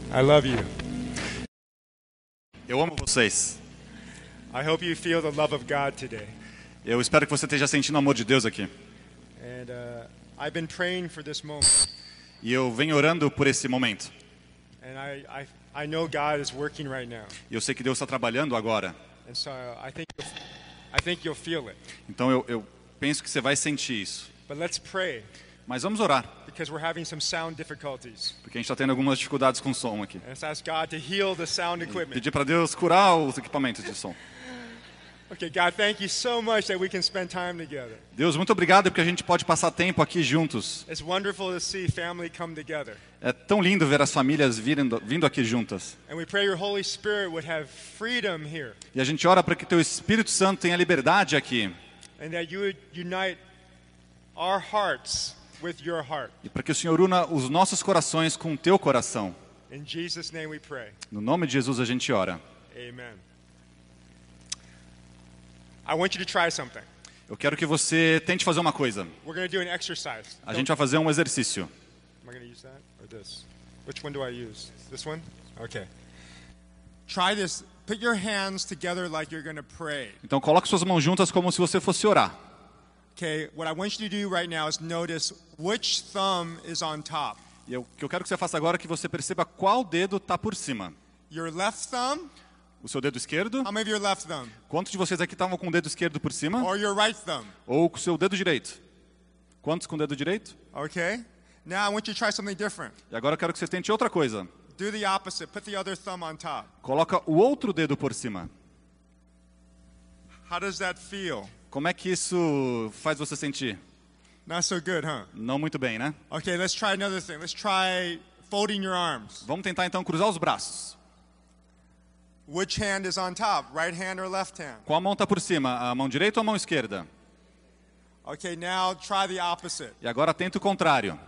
I love you. Eu amo vocês. I hope you feel the love of God today. Eu espero que você esteja sentindo o amor de Deus aqui. And I've been praying for this moment. E eu venho orando por esse momento. And I know God is working right now. E eu sei que Deus está trabalhando agora. And so I think you'll feel it. Então eu penso que você vai sentir isso. But let's pray. Mas vamos orar, Because we're having some sound difficulties. porque a gente está tendo algumas dificuldades com o som aqui. And let's ask God to heal the sound equipment. Pedir para Deus curar os equipamentos de som. Okay, God, thank you so much that we can spend time together. Deus, muito obrigado porque a gente pode passar tempo aqui juntos. It's wonderful to see family come together. É tão lindo ver as famílias vindo aqui juntas. And we pray your Holy Spirit would have freedom here. E a gente ora para que teu Espírito Santo tenha liberdade aqui. And that you would unite our hearts with your heart. E para que o Senhor una os nossos corações com o teu coração. In Jesus' name we pray. No nome de Jesus a gente ora. Amen. I want you to try something. Eu quero que você tente fazer uma coisa. We're going to do an exercise. A gente vai fazer um exercício. Am I going to use that or this? Which one do I use? This one? Okay. Try this. Put your hands together like you're going to pray. Então coloque suas mãos juntas como se você fosse orar. Okay, what I want you to do right now is notice which thumb is on top. E o que eu quero que você faça agora é que você perceba qual dedo está por cima. Your left thumb? O seu dedo esquerdo? How many of your left thumb? Quantos de vocês aqui estavam com o dedo esquerdo por cima? Or your right thumb? Ou com o seu dedo direito? Quantos com o dedo direito? Okay. Now I want you to try something different. E agora eu quero que você tente outra coisa. Do the opposite. Put the other thumb on top. Coloca o outro dedo por cima. How does that feel? Como é que isso faz você sentir? Not so good, huh? Não muito bem, né? Okay, let's try another thing. Let's try folding your arms. Vamos tentar então cruzar os braços. Which hand is on top? Right hand or left hand? Qual mão está por cima? A mão direita ou a mão esquerda? Okay, now try the opposite. E agora tenta o contrário.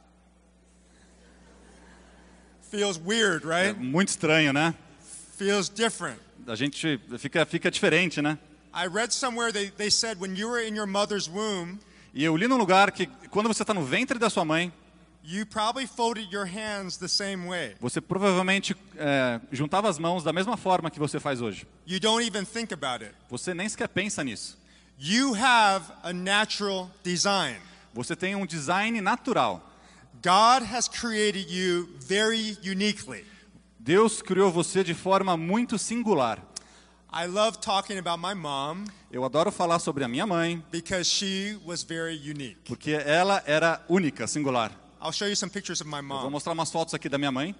Feels weird, É right? muito estranho, né? Feels different. A gente fica diferente, né? I read somewhere they said when you were in your mother's womb, E eu li num lugar que quando você está no ventre da sua mãe, you probably folded your hands the same way. você provavelmente juntava as mãos da mesma forma que você faz hoje. You don't even think about it. Você nem sequer pensa nisso. You have a natural design. Você tem um design natural. God has created you very uniquely. Deus criou você de forma muito singular. I love talking about my mom Eu adoro falar sobre a minha mãe, because she was very unique. porque ela era única, singular. I'll show you some pictures of my Eu vou mom. mostrar umas fotos aqui da minha mãe.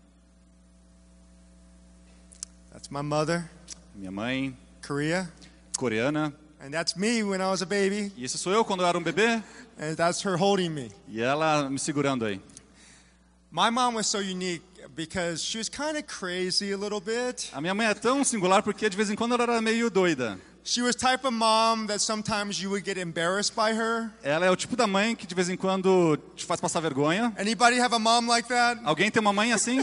That's my mother, Minha mãe, Korea. coreana. And that's me when I was a baby. E esse sou eu quando eu era um bebê. And that's her holding me. E ela me segurando aí. My mom was so unique because she was kind of crazy a little bit. A minha mãe é tão singular porque de vez em quando ela era meio doida. She was type of mom that sometimes you would get embarrassed by her. Ela é o tipo da mãe que de vez em quando te faz passar vergonha. Anybody have a mom like that? Alguém tem uma mãe assim?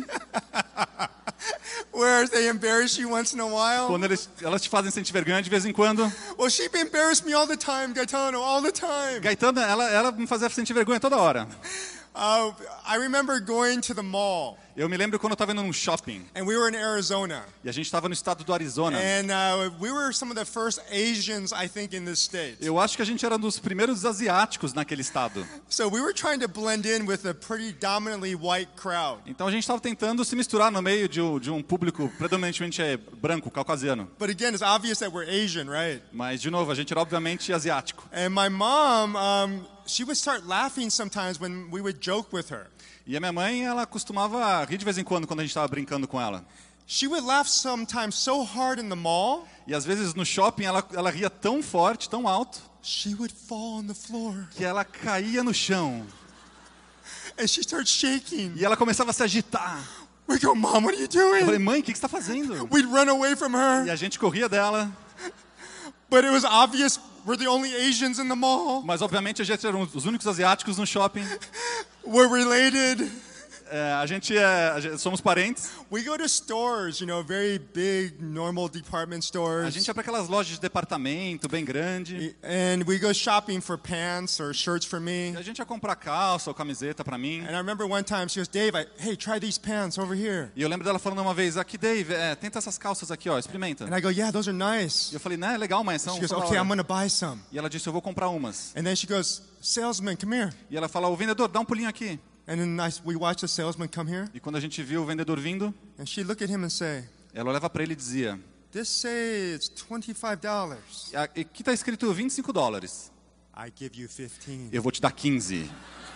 Where they embarrass you once in a while? Quando elas te fazem sentir vergonha de vez em quando. Well, she embarrassed me all the time, Gaetano, all the time. Gaetano, ela me fazia sentir vergonha toda hora. I remember going to the mall, Eu me lembro quando eu estava indo num shopping. and we were in Arizona. E a gente estava no estado do Arizona. And we were some of the first Asians, I think, in this state. Eu acho que a gente era um dos primeiros asiáticos naquele estado. So we were trying to blend in with a predominantly white crowd. Então a gente estava tentando se misturar no meio de um público predominantemente branco, caucasiano. But again, it's obvious that we're Asian, right? Mas, de novo, a gente era obviamente asiático. And my mom, she would start laughing sometimes when we would joke with her. E a minha mãe, ela costumava rir de vez em quando a gente estava brincando com ela. She would laugh sometimes so hard in the mall, E às vezes no shopping ela ria tão forte, tão alto, she would fall on the floor. que ela caía no chão. And she started shaking. E ela começava a se agitar. We go, Mom, what are you Eu falei, doing? mãe, o que você está fazendo? We'd run away from E her. a gente corria dela. But it was obvious we're the only Asians in the mall. Mas obviamente a gente era os únicos asiáticos no shopping. We're related. somos parentes. We go to stores, very big, normal department A stores. gente ia para aquelas lojas de departamento bem grande. And we go shopping for pants or shirts for me. E a gente ia comprar calça ou camiseta para mim. And I remember one time she goes, Dave, hey, try these pants over here. E eu lembro dela falando uma vez, aqui Dave, tenta essas calças aqui, ó, experimenta. And I go, yeah, those are nice. E eu falei, né, legal, mas são She goes, da okay, hora. I'm going to buy some. E ela disse, eu vou comprar umas. And then she goes, salesman, come here. E ela fala, o vendedor, dá um pulinho aqui. And then we watch the salesman come here. E quando a gente viu o vendedor vindo, And she looked at him and say, ela olhava para ele e dizia, this says $25. aqui tá escrito $25. I give you 15. Eu vou te dar 15.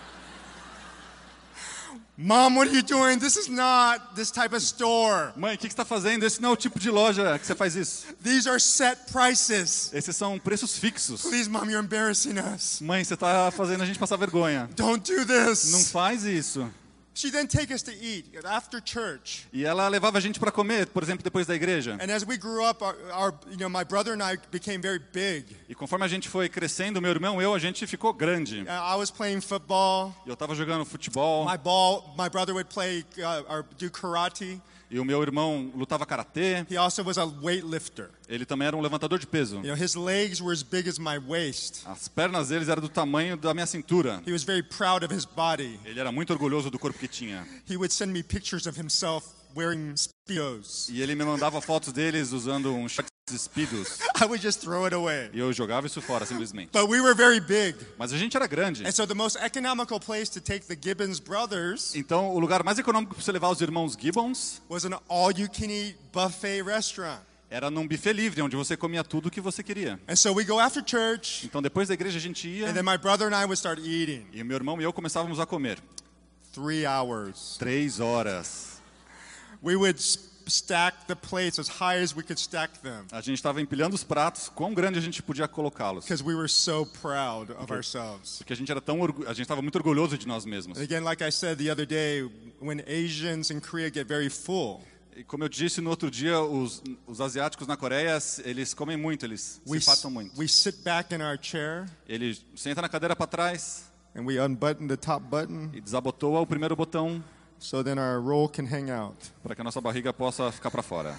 Mom, what are you doing? This is not this type of store. Mãe, o que você está fazendo? Esse não é o tipo de loja que você faz isso. These are set prices. Esses são preços fixos. Please, Mom, you're embarrassing us. Mãe, você está fazendo a gente passar vergonha. Don't do this. Não faz isso. She then take us to eat after church. E ela levava a gente para comer, por exemplo, depois da igreja. And as we grew up, my brother and I became very big. E conforme a gente foi crescendo, meu irmão e eu, a gente ficou grande. I was playing football. Eu estava jogando futebol. My brother would play or do karate. E o meu irmão lutava karatê. He also was a weightlifter. Ele também era um levantador de peso. His legs were as big as my waist. As pernas deles eram do tamanho da minha cintura. He was very proud of his body. Ele era muito orgulhoso do corpo que tinha. He would send me pictures of himself wearing Speedos. E ele me mandava fotos deles usando um shorts Speedos. I would just throw it away. E eu jogava isso fora, simplesmente. But we were very big. Mas a gente era grande. And so the most economical place to take the Gibbons brothers Então, o lugar mais econômico para você levar os irmãos Gibbons was an all-you-can-eat buffet restaurant. era num buffet livre, onde você comia tudo o que você queria. And so we go after church, Então, depois da igreja, a gente ia. and then my brother and I would start eating. E meu irmão e eu começávamos a comer. 3 hours. 3 horas. We would stack the plates as high as we could stack them A gente estava empilhando os pratos, quão grande a gente podia colocá-los. because we were so proud of ourselves. Porque a gente era a gente estava muito orgulhoso de nós mesmos. And again, like I said the other day, when Asians in Korea get very full, E como eu disse no outro dia, os asiáticos na Coreia, eles comem muito, eles se fartam muito. we sit back in our chair Ele senta na cadeira para trás and we unbutton the top button e desabotoa o primeiro botão so then our roll can hang out. para que a nossa barriga possa ficar para fora.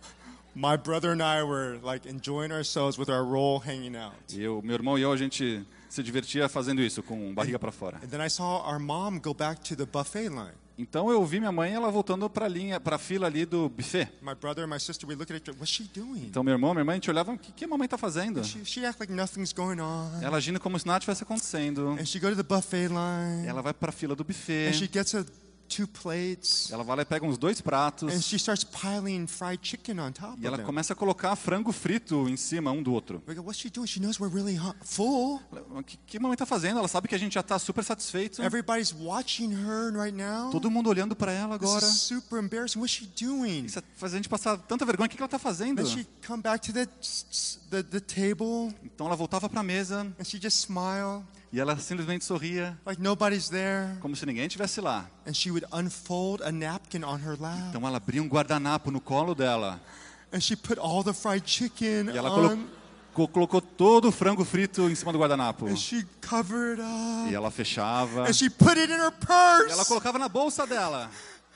My brother and I were like enjoying ourselves with our roll hanging out. Meu irmão e eu, a gente se divertia fazendo isso, com barriga para fora. And then I saw our mom go back to the buffet line. Então eu vi minha mãe, ela voltando para a fila ali do buffet. My brother and my sister, we looked at each other, what's she doing? Então meu irmão e minha mãe, a gente olhava, o que a mamãe está fazendo? She acts like nothing's going on. Ela agindo como se nada tivesse acontecendo. And she go to the buffet line. Ela vai para a fila do And buffet. she gets 2 plates. Ela vai lá e pega uns 2 pratos. And she starts piling fried chicken on top E ela of them. começa a colocar frango frito em cima um do outro. We go, what's she doing? She knows we're really full. O que a mamãe está fazendo? Ela sabe que a gente já está super satisfeito. Everybody's watching her right now. Todo mundo olhando para ela This agora. is super embarrassing. What's she doing? Isso faz a gente passar tanta vergonha. O que ela está fazendo? Then she come back to the table Então ela voltava para a mesa and she just smile e ela simplesmente sorria, like nobody's there. como se ninguém estivesse lá. And she would unfold a napkin on her lap. Então ela abria um guardanapo no colo dela And she put all the fried chicken e ela on. colocou todo o frango frito em cima do guardanapo. And she covered up. E ela fechava. And she put it in her E ela purse. colocava na bolsa dela.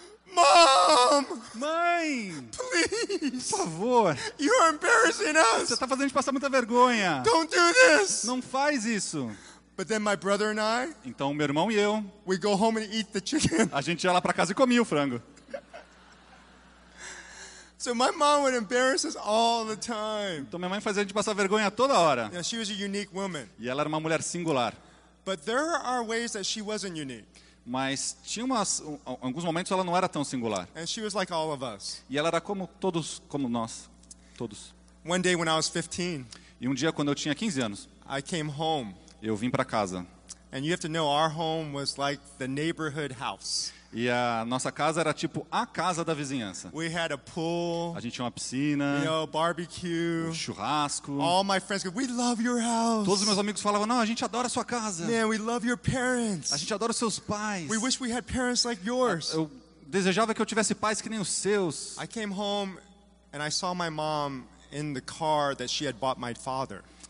Mom, Mãe, please. por favor, You are embarrassing você us. está fazendo a gente passar muita vergonha. Don't do this. Não faz isso. But then my brother and I, Então meu irmão e eu, we go home and eat the chicken. a gente ia lá para casa e comia o frango. So my mom would embarrass us all the time. Então minha mãe fazia a gente passar vergonha toda hora. She was a unique woman. E ela era uma mulher singular. But there are ways that she wasn't unique. Mas tinha alguns momentos ela não era tão singular. And she was like all of us. E ela era como nós, todos. One day when I was 15, E um dia quando eu tinha 15 anos, I came home. eu vim para casa. And you have to know our home was like the neighborhood house. E a nossa casa era tipo a casa da vizinhança. We had a pool, A gente tinha uma piscina, barbecue. churrasco. All my friends go, we love your house. Todos os meus amigos falavam, não, a gente adora a sua casa. Man, we love your parents. A gente adora os seus pais. We wish we had parents like yours. Eu desejava que eu tivesse pais que nem os seus. I came home and I saw my mom in the car that she had bought my father.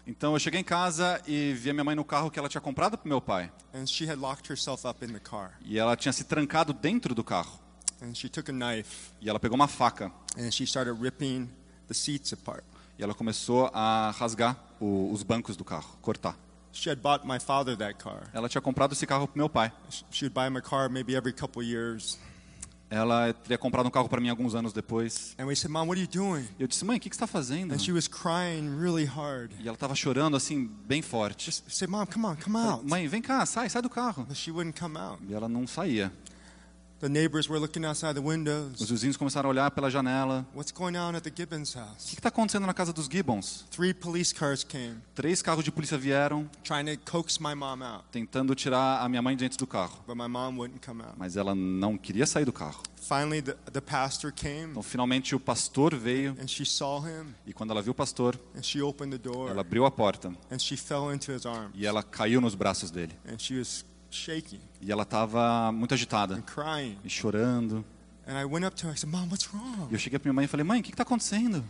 Então eu cheguei em casa e vi a minha mãe no carro que ela tinha comprado para meu pai. And she had locked herself up in the car. E ela tinha se trancado dentro do carro. And she took a knife E ela pegou uma faca. and she started ripping the seats apart. E ela começou a rasgar os bancos do carro, cortar. She had bought my father that car. Ela tinha comprado esse carro para meu pai. She would buy my car maybe every couple years. Ela teria comprado um carro para mim alguns anos depois. And we said, Mom, what are you doing? E eu disse, mãe, o que você está fazendo? And she was crying really hard. E ela estava chorando assim, bem forte. Just say, Mom, come out. Mãe, vem cá, sai do carro. But she wouldn't come out. E ela não saía. The neighbors were looking outside the Os windows. vizinhos começaram a olhar pela janela. What's going on at the Gibbons O house? que está acontecendo na casa dos Gibbons? 3 police cars came, 3 carros de polícia vieram, trying to coax my mom out. tentando tirar a minha mãe de dentro do carro. But my mom wouldn't come out. Mas ela não queria sair do carro. Finally, the pastor came, Então, finalmente, o pastor veio. and she saw him, E quando ela viu o pastor, and she opened the door, ela abriu a porta. and she fell into his arms, E ela caiu nos braços dele. and she was shaking E ela estava muito agitada. and crying. E chorando. And I went up to her, I said, Mom, what's E wrong? eu cheguei para minha mãe e falei, mãe, o que está acontecendo?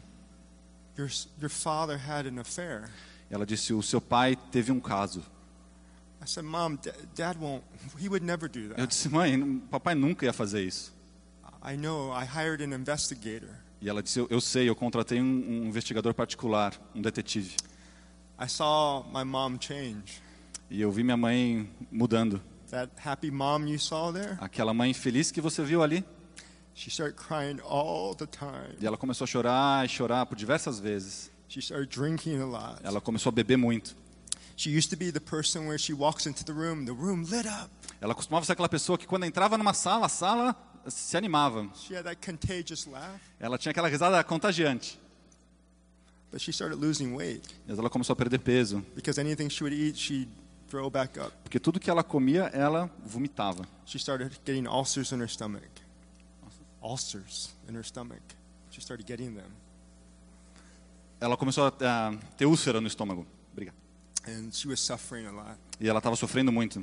Your father had an affair. E ela disse, o seu pai teve um caso. I said, Mom, Dad won't, he would never do Eu that. disse, mãe, papai nunca ia fazer isso. I know, I hired an investigator. E ela disse, eu sei, eu contratei um investigador particular, um detetive. I saw my mom change. E eu vi minha mãe mudando. That happy mom you saw there, Aquela mãe feliz que você viu ali. she started crying all the time. E ela começou a chorar e chorar por diversas vezes. She started drinking a lot. Ela começou a beber muito. She used to be the person where she walks into the room lit up. Ela costumava ser aquela pessoa que quando entrava numa sala, a sala se animava. She had that contagious laugh. Ela tinha aquela risada contagiante. But she started losing weight Mas ela começou a perder peso. because anything she would eat, she'd throw back up. Porque tudo que ela comia, ela vomitava. She started getting ulcers in her stomach. Ulcers in her stomach. She started getting them. Ela começou a ter úlcera no estômago. Obrigado. And she was suffering a lot. E ela estava sofrendo muito.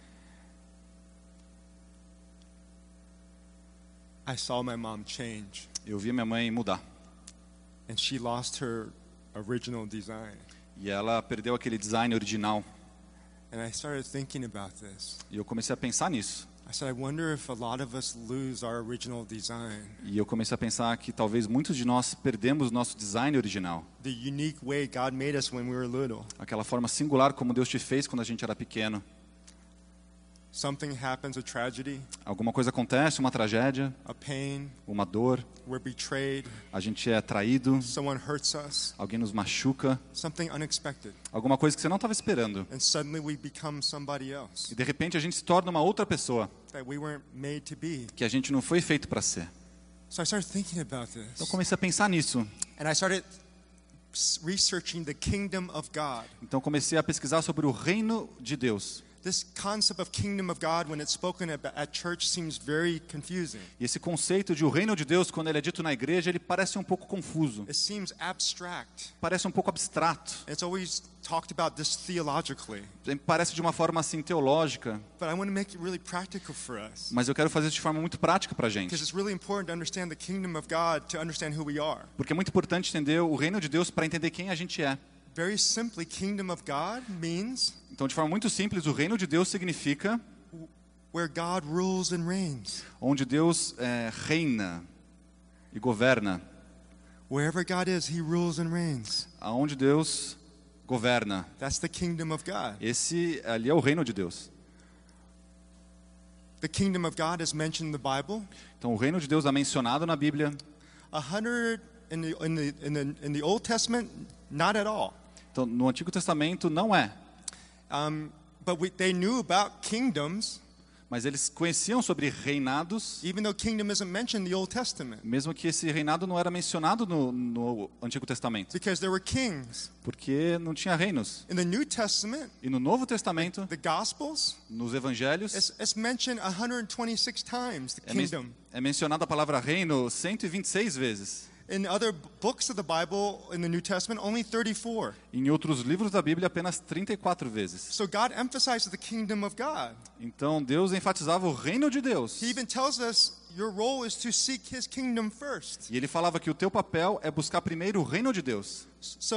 I saw my mom change, Eu vi minha mãe mudar. and she lost her original design. E ela perdeu aquele design original. And I started thinking about this. E eu comecei a pensar nisso. I said, I wonder if a lot of us lose our original design, E eu comecei a pensar que talvez muitos de nós perdemos nosso design original. the unique way God made us when we were little. Aquela forma singular como Deus te fez quando a gente era pequeno. Something happens, a tragedy, Alguma coisa acontece, uma tragédia, a pain, uma dor, we're betrayed, a gente é traído, someone hurts us, alguém nos machuca, something unexpected, alguma coisa que você não estava esperando. and suddenly we become somebody else E de repente a gente se torna uma outra pessoa that we weren't made to be. que a gente não foi feito para ser. So I started thinking about Então eu this, comecei a pensar nisso. and I started researching the kingdom of God. Então eu comecei a pesquisar sobre o reino de Deus. This concept of kingdom of God, when it's spoken at church, seems very confusing. E esse conceito de o reino de Deus, quando ele é dito na igreja, ele parece um pouco confuso. It seems abstract. Parece um pouco abstrato. It's always talked about this theologically. Parece de uma forma assim teológica. But I want to make it really practical for us. Mas eu quero fazer isso de forma muito prática para a Because gente. it's really important to understand the kingdom of God to understand who we are. Porque é muito importante entender o reino de Deus para entender quem a gente é. Very simply, kingdom of God means Então, de forma muito simples, o reino de Deus significa where God rules and reigns. onde Deus reina e governa. Wherever God is, He rules and reigns. Aonde Deus governa. That's the kingdom of God. Esse ali é o reino de Deus. The kingdom of God is mentioned in the Bible. Então, o reino de Deus é mencionado na Bíblia. 100 in the Old Testament, not at all. Então, no Antigo Testamento não é. But they knew about kingdoms, Mas eles conheciam sobre reinados, even though kingdom isn't mentioned in the Old Testament, mesmo que esse reinado não era mencionado no Antigo Testamento. because there were kings. Porque não tinha reinos. In the New Testament, E no Novo Testamento, the Gospels, nos Evangelhos, it's mentioned 126 times, the é kingdom. mencionada a palavra reino 126 vezes. In other books of the Bible in the New Testament, only 34. Em outros livros da Bíblia, apenas 34 vezes. So God emphasizes the kingdom of God. Então, Deus enfatizava o reino de Deus. He even tells us your role is to seek His kingdom first. E ele falava que o teu papel é buscar primeiro o reino de Deus. So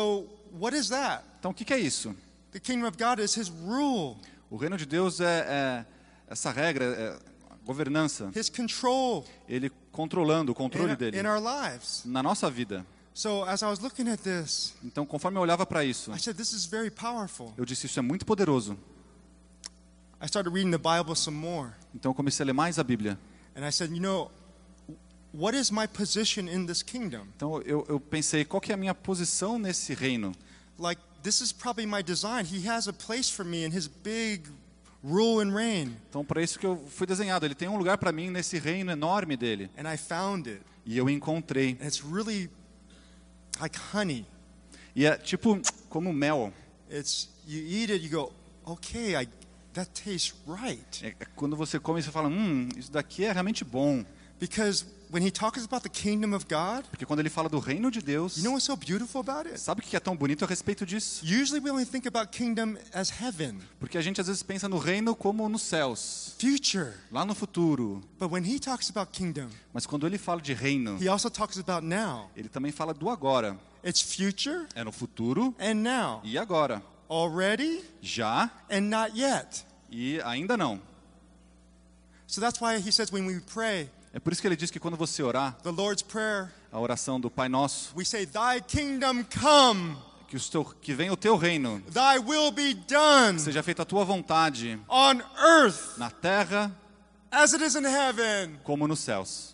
what is that? Então o que é isso? The kingdom of God is His rule, O reino de Deus é essa regra, é a governança. His control Ele controlando, o controle dele in our lives. na nossa vida. So as I was looking at this, Então, conforme eu olhava para isso, I said, this is very powerful. eu disse, isso é muito poderoso. I started reading the Bible some more. Então eu comecei a ler mais a Bíblia. And I said, what is my position in this kingdom? Então eu pensei, qual que é a minha posição nesse reino? Like, this is probably my design. He has a place for me in His big rule and reign. Então, para isso que eu fui desenhado. Ele tem um lugar para mim nesse reino enorme dele. And I found it. E eu encontrei. And it's really like honey. E é tipo como mel. You eat it, you go, okay, that tastes right. É quando você come, você fala, isso daqui é realmente bom. Because when He talks about the kingdom of God, Porque quando ele fala do reino de Deus, you know what's so beautiful about it? sabe o que é tão bonito a respeito disso? Usually we only think about kingdom as heaven, Porque a gente às vezes pensa no reino como nos céus, future. lá no futuro. But when He talks about kingdom, Mas quando ele fala de reino, He also talks about now. ele também fala do agora. It's future É no futuro and now. e agora. Already Já and not yet. e ainda não. So that's why He says when we pray, É por isso que ele diz que quando você orar, the Lord's Prayer, a oração do Pai Nosso, we say, Thy kingdom come, que venha o teu reino, Thy will be done seja feita a tua vontade, on earth na terra as it is in heaven. como nos céus.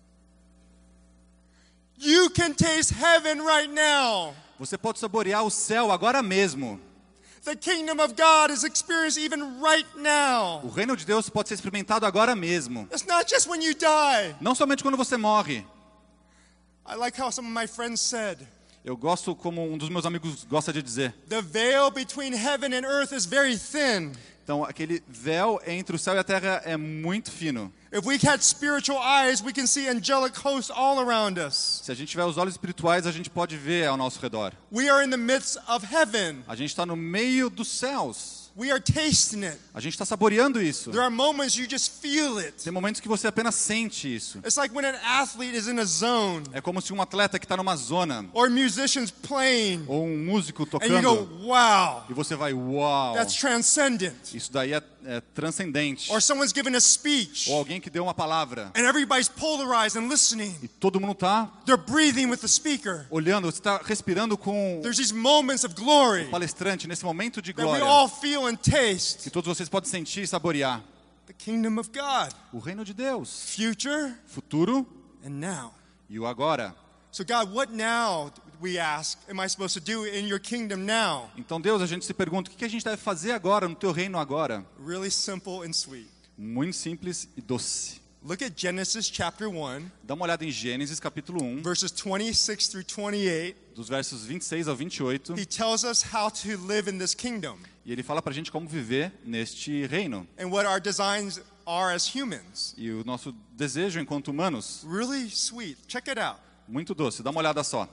You can taste heaven right now. Você pode saborear o céu agora mesmo. The kingdom of God is experienced even right now. O reino de Deus pode ser experimentado agora mesmo. It's not just when you die. Não somente quando você morre. I like how some of my friends said, Eu gosto, como um dos meus amigos gosta de dizer. the veil between heaven and earth is very thin. Então, aquele véu entre o céu e a terra é muito fino. If we had spiritual eyes, we can see angelic hosts all around us. Se a gente tiver os olhos espirituais, a gente pode ver ao nosso redor. We are in the midst of heaven. A gente está no meio dos céus. We are tasting it. A gente está saboreando isso. There are moments you just feel it. Tem momentos que você apenas sente isso. It's like when an athlete is in a zone, É como se um atleta que está numa zona, or musicians playing, ou um músico and you go, tocando, wow, e você vai, uau, that's transcendent. isso daí é transcendente. Or someone's giving a speech, Ou alguém que deu uma palavra, and everybody's polarized and listening. e todo mundo está They're breathing with the speaker. olhando, você está respirando com There's these moments of glory o palestrante, nesse momento de that we glória, all feel and taste. que todos vocês podem sentir e saborear. The kingdom of God, O reino de Deus, future futuro and now. e o agora. So God, what now, we ask, am I supposed to do in your kingdom now? Então, Deus, a gente se pergunta, o que a gente deve fazer agora, no teu reino agora? Really simple and sweet. Muito simples e doce. Look at Genesis chapter 1, Dá uma olhada em Gênesis, capítulo 1, verses 26 through 28. dos versos 26 ao 28, He tells us how to live in this kingdom e ele fala pra gente como viver neste reino. and what our designs are as humans. E o nosso desejo enquanto humanos, Really sweet. Check it out. muito doce. Dá uma olhada só.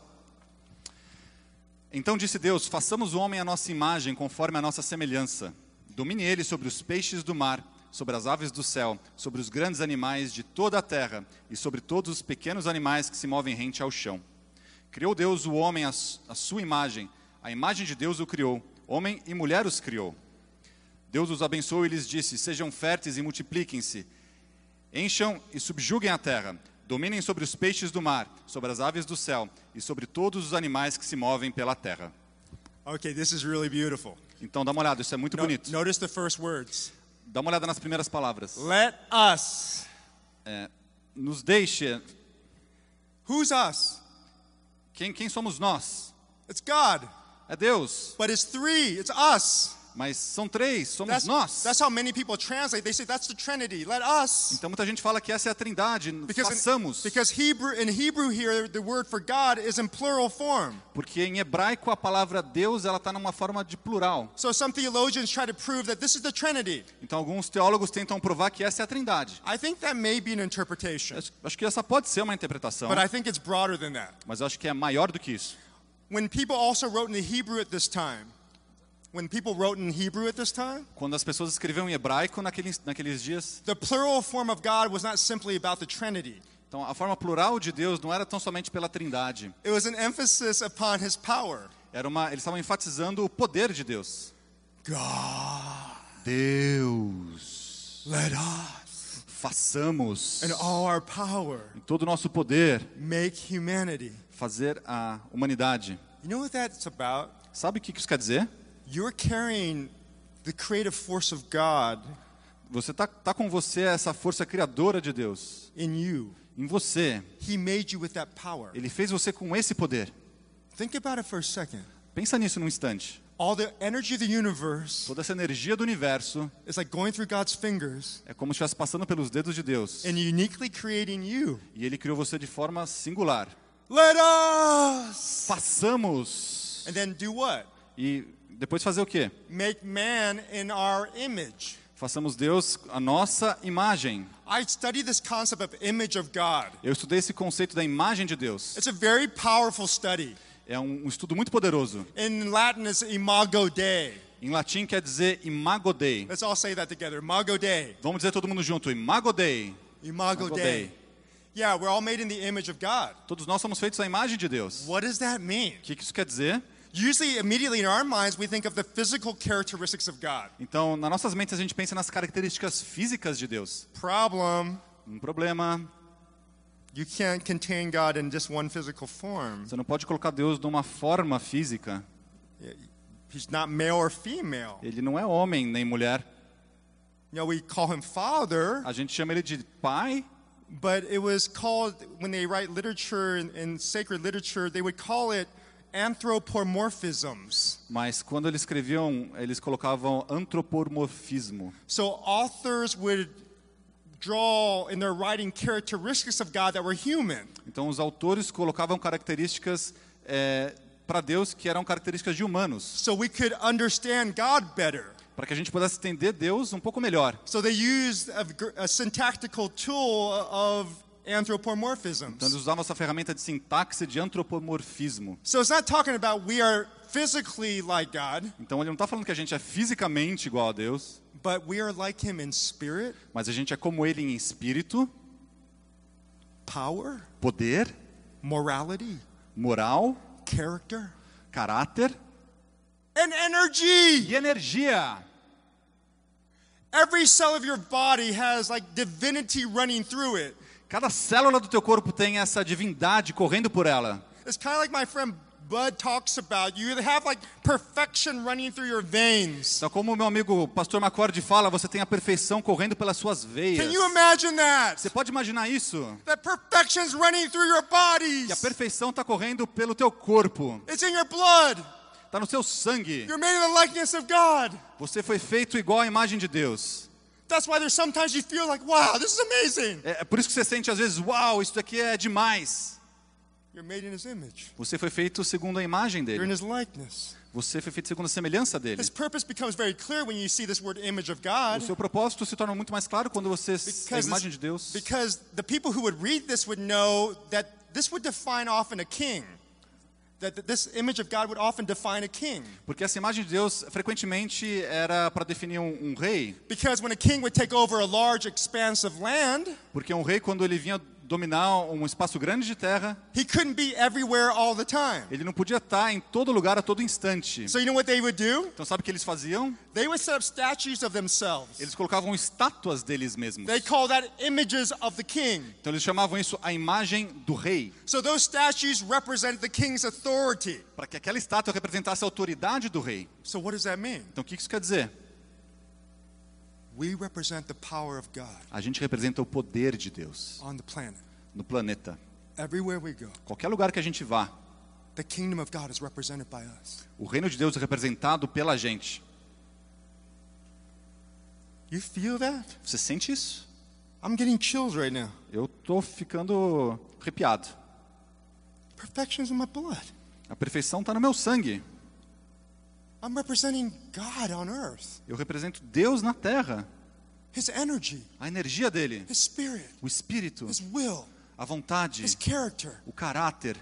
Então disse Deus, façamos o homem à nossa imagem, conforme a nossa semelhança. Domine ele sobre os peixes do mar, sobre as aves do céu, sobre os grandes animais de toda a terra e sobre todos os pequenos animais que se movem rente ao chão. Criou Deus o homem à sua imagem, a imagem de Deus o criou, homem e mulher os criou. Deus os abençoou e lhes disse, sejam férteis e multipliquem-se, encham e subjuguem a terra, dominem sobre os peixes do mar, sobre as aves do céu e sobre todos os animais que se movem pela terra. Okay, this is really beautiful. Então dá uma olhada, isso é muito bonito. Notice the first words. Dá uma olhada nas primeiras palavras. Let us. Nos deixe. Who's us? Quem somos nós? It's God. É Deus. But it's three. It's us. Mas são três, somos nós. That's how many people translate. They say that's the Trinity. Let us. Então muita gente fala que essa é a Trindade. Façamos. Because in Hebrew here, the word for God is in plural form. Porque em hebraico a palavra Deus ela está numa forma de plural. So some theologians try to prove that this is the Trinity. Então alguns teólogos tentam provar que essa é a Trindade. I think that may be an interpretation. Acho que essa pode ser uma interpretação. But I think it's broader than that. Mas eu acho que é maior do que isso. When people also wrote in the Hebrew at this time, quando as pessoas escreviam em hebraico naqueles dias, the plural form of God was not simply about the Trinity. Então a forma plural de Deus não era tão somente pela Trindade. It was an emphasis upon his power. Eles estavam enfatizando o poder de Deus. God, Deus, let us, façamos in all our power, em todo o nosso poder make humanity. fazer a humanidade. You know what that's about? Sabe o que isso quer dizer? You're carrying the creative force of God Você tá com você essa força criadora de Deus in you. em você. He made you with that power. Ele fez você com esse poder. Think about it for a second. Pensa nisso num instante. All the energy of the universe Toda essa energia do universo is like going through God's fingers é como se estivesse passando pelos dedos de Deus. and uniquely creating you. E Ele criou você de forma singular. Let us! Façamos. And then do what? E depois fazer o quê? Make man in our image. Façamos Deus a nossa imagem. I study this concept of image of God. Eu estudei esse conceito da imagem de Deus. It's a very powerful study. É um estudo muito poderoso. In Latin, it's imago Dei. Em latim quer dizer imago Dei. Let's all say that together. Imago Dei. Vamos dizer todo mundo junto, imago Dei. Imago Dei. Yeah, we're all made in the image of God. Todos nós somos feitos à imagem de Deus. What does that mean? O que isso quer dizer? Usually, immediately in our minds, we think of the physical characteristics of God. Então, nas nossas mentes a gente pensa nas características físicas de Deus. Problem, Um problema, you can't contain God in just one physical form. você não pode colocar Deus numa forma física. He's not male or female. Ele não é homem nem mulher. You know, we call him Father, A gente chama ele de pai, but it was called, when they write literature in sacred literature, they would call it anthropomorphisms. mas quando eles escreviam, eles colocavam antropomorfismo. So authors would draw in their writing characteristics of God that were human. Então os autores colocavam características para Deus que eram características de humanos, So we could understand God better. para que a gente pudesse entender Deus um pouco melhor. So they used a syntactical tool of anthropomorphisms. Então eles usavam essa ferramenta de sintaxe de antropomorfismo. So it's not talking about we are physically like God, Então ele não está falando que a gente é fisicamente igual a Deus, but we are like him in spirit, mas a gente é como ele em espírito, power, poder, morality, moral, character, caráter and energy. e energia. Every cell of your body has like divinity running through it. Cada célula do teu corpo tem essa divindade correndo por ela. It's kind of like my friend Bud talks about. You have like perfection running through your veins. Então, como o meu amigo Pastor McCord fala, você tem a perfeição correndo pelas suas veias. Can you imagine that? Você pode imaginar isso? That perfection's running through your Que a bodies. perfeição está correndo pelo teu corpo. It's in your blood. Está no seu sangue. You're made in the likeness of God. Você foi feito igual à imagem de Deus. That's why there's sometimes you feel like, wow, this is amazing. É por isso que você sente às vezes, uau, isso aqui é demais. You're made in his image. Você foi feito segundo a imagem You're in dele. his likeness. Você foi feito segundo a semelhança dele. His purpose becomes very clear when you see this word image of O God. seu propósito se torna muito mais claro quando você é a imagem de Deus. Because the people who would read this would know that this would define often a king. That this image of God would often define a king. Porque essa imagem de Deus frequentemente era para definir um rei. Because when a king would take over a large expanse of land, Porque um rei, quando ele vinha dominar um espaço grande de terra, he couldn't be everywhere all the time. ele não podia estar em todo lugar a todo instante. So you know what they would do? Então sabe o que eles faziam? They would set up statues of themselves. Eles colocavam estátuas deles mesmos. They call that images of the king. Então eles chamavam isso a imagem do rei. So those statues represent the king's authority. Para que aquela estátua representasse a autoridade do rei. So what does that mean? Então o que isso quer dizer? We represent the power of God A gente representa o poder de Deus on the planet. no planeta. Everywhere we go, Qualquer lugar que a gente vá, the kingdom of God is represented by us. o reino de Deus é representado pela gente. You feel that? Você sente isso? I'm getting chills right now. Eu tô ficando arrepiado. Perfection's in my blood. A perfeição está no meu sangue. I'm representing God on earth. Eu represento Deus na terra. His energy, A energia dele, His spirit, o espírito, His will, a vontade, His character. o caráter.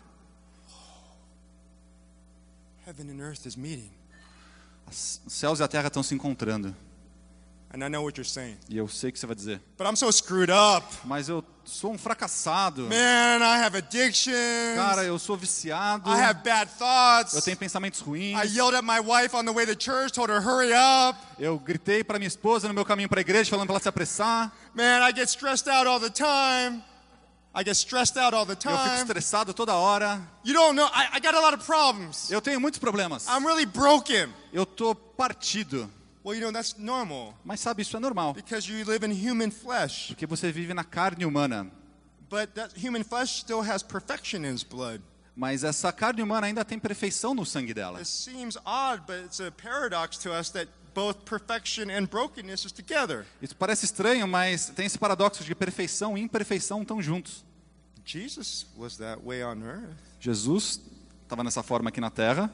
Heaven and earth is meeting. Os céus e a terra estão se encontrando. And I know what you're saying. E eu sei o que você vai dizer. But I'm so screwed up. Mas eu sou um fracassado. Man, I have addictions. Cara, eu sou viciado. I have bad thoughts. Eu tenho pensamentos ruins. I yelled at my wife on the way to church, told her hurry up. Eu gritei para minha esposa no meu caminho para a igreja, falando para ela se apressar. Man, I get stressed out all the time. I get stressed out all the Eu fico time. estressado toda hora. You don't know, I got a lot of problems. Eu tenho muitos problemas. I'm really broken. Eu tô partido. Well, you know, that's normal Mas sabe, isso é normal. because you live in human flesh. Porque você vive na carne humana. But that human flesh still has perfection in its blood. Mas essa carne humana ainda tem perfeição no sangue dela. It seems odd, but it's a paradox to us that both perfection and brokenness is together. Isso parece estranho, mas tem esse paradoxo de que perfeição e imperfeição estão juntos. Jesus was that way on earth. Jesus estava nessa forma aqui na Terra.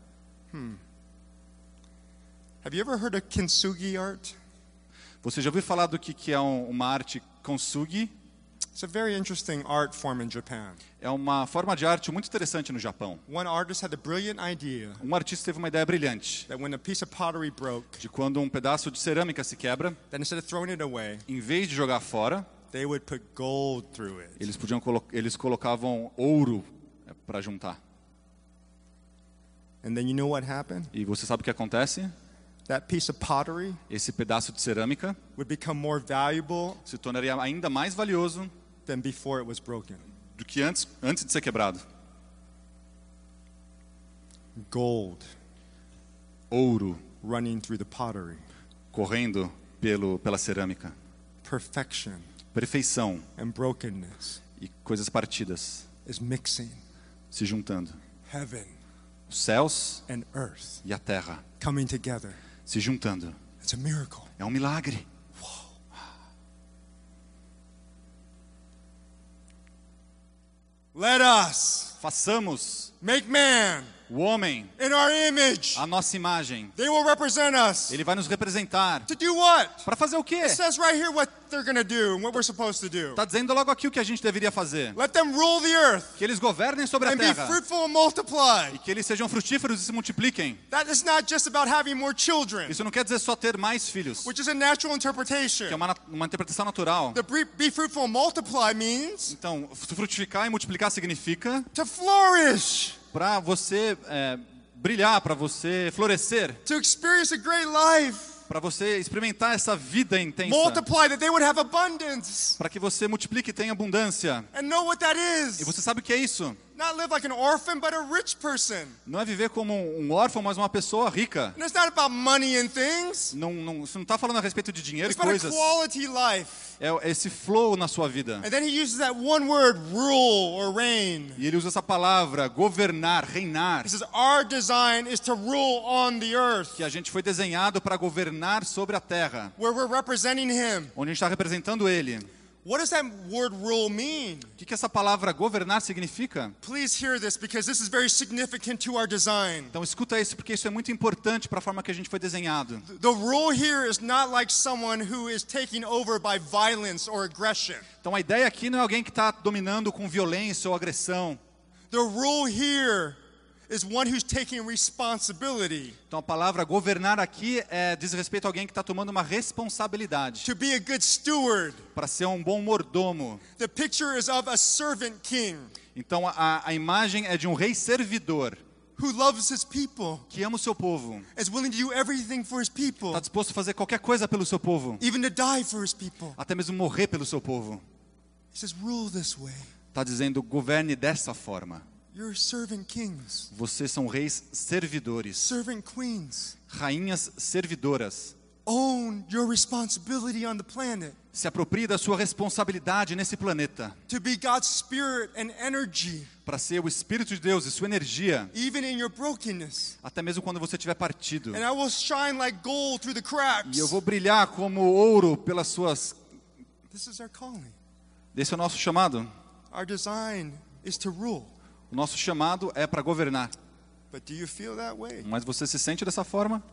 Have you ever heard of kintsugi art? Você já ouviu falar do que é uma arte kintsugi? It's a very interesting art form in Japan. É uma forma de arte muito interessante no Japão. One artist had a brilliant idea Um artista teve uma ideia brilhante that when a piece of pottery broke, de quando um pedaço de cerâmica se quebra, then instead of throwing it away, em vez de jogar fora, they would put gold through it. eles colocavam ouro para juntar. And then you know what happened? E você sabe o que acontece? That piece of pottery Esse pedaço de cerâmica would become more valuable se tornaria ainda mais valioso than before it was broken. do que antes de ser quebrado. Gold Ouro running through the pottery. correndo pela cerâmica. Perfection Perfeição and brokenness e coisas partidas is mixing. se juntando. Heaven Os céus and earth e a terra coming together. se juntando. It's a miracle. É um milagre. Let us Façamos make man o homem in our image. a nossa imagem. They will represent us. Ele vai nos representar. To do what? Para fazer o quê? It says right here what they're going to do and what we're supposed to do. Está dizendo logo aqui o que a gente deveria fazer. Let them rule the earth Que eles governem sobre a and be terra. fruitful and multiply. E que eles sejam frutíferos e se multipliquem. That is not just about having more children, Isso não quer dizer só ter mais filhos, which is a natural que é interpretation. uma interpretação natural. The be fruitful and multiply means Então, frutificar e multiplicar significa to flourish, para você brilhar, para você florescer, to experience a great life, para você experimentar essa vida intensa, multiply, that they would have abundance. para que você multiplique e tenha abundância. And know what that E is. você sabe o que é isso? Not live like an orphan, but a rich person. Não é viver como um órfão, mas uma pessoa rica. And it's not about money and things. Isso não está falando a respeito de dinheiro e It's about a coisas. quality life. É esse flow na sua vida. And then he uses that one word, rule or reign. E ele usa essa palavra, governar, reinar. He says, our design is to rule on the earth, Que a gente foi desenhado para governar sobre a terra, where we're representing him. onde a gente está representando ele. What does that word rule mean? O que essa palavra governar significa? Please hear this, because this is very significant to our design. Então escuta isso, porque isso é muito importante para a forma que a gente foi desenhado. The rule here is not like someone who is taking over by violence or aggression. Então a ideia aqui não é alguém que está dominando com violência ou agressão. The rule here is one who's taking responsibility Então a palavra governar aqui diz respeito a alguém que está tomando uma responsabilidade to be a good steward. para ser um bom mordomo. The picture is of a servant king Então a imagem é de um rei servidor who loves his people, que ama o seu povo. is willing to do everything for his people, Está disposto a fazer qualquer coisa pelo seu povo, even to die for his people. até mesmo morrer pelo seu povo. He says, rule this way. Está dizendo, governe dessa forma. You're servant kings, Vocês são reis servidores, servant queens. rainhas servidoras. Own your responsibility on the planet Se aproprie da sua responsabilidade nesse planeta, to be God's spirit and energy, para ser o Espírito de Deus e sua energia, even in your brokenness. até mesmo quando você estiver partido. And I will shine like gold through the cracks. E eu vou brilhar como ouro pelas suas... This is our calling. Esse é o nosso chamado. Our design is to rule. O nosso chamado é para governar. But do you feel that way? Mas você se sente dessa forma?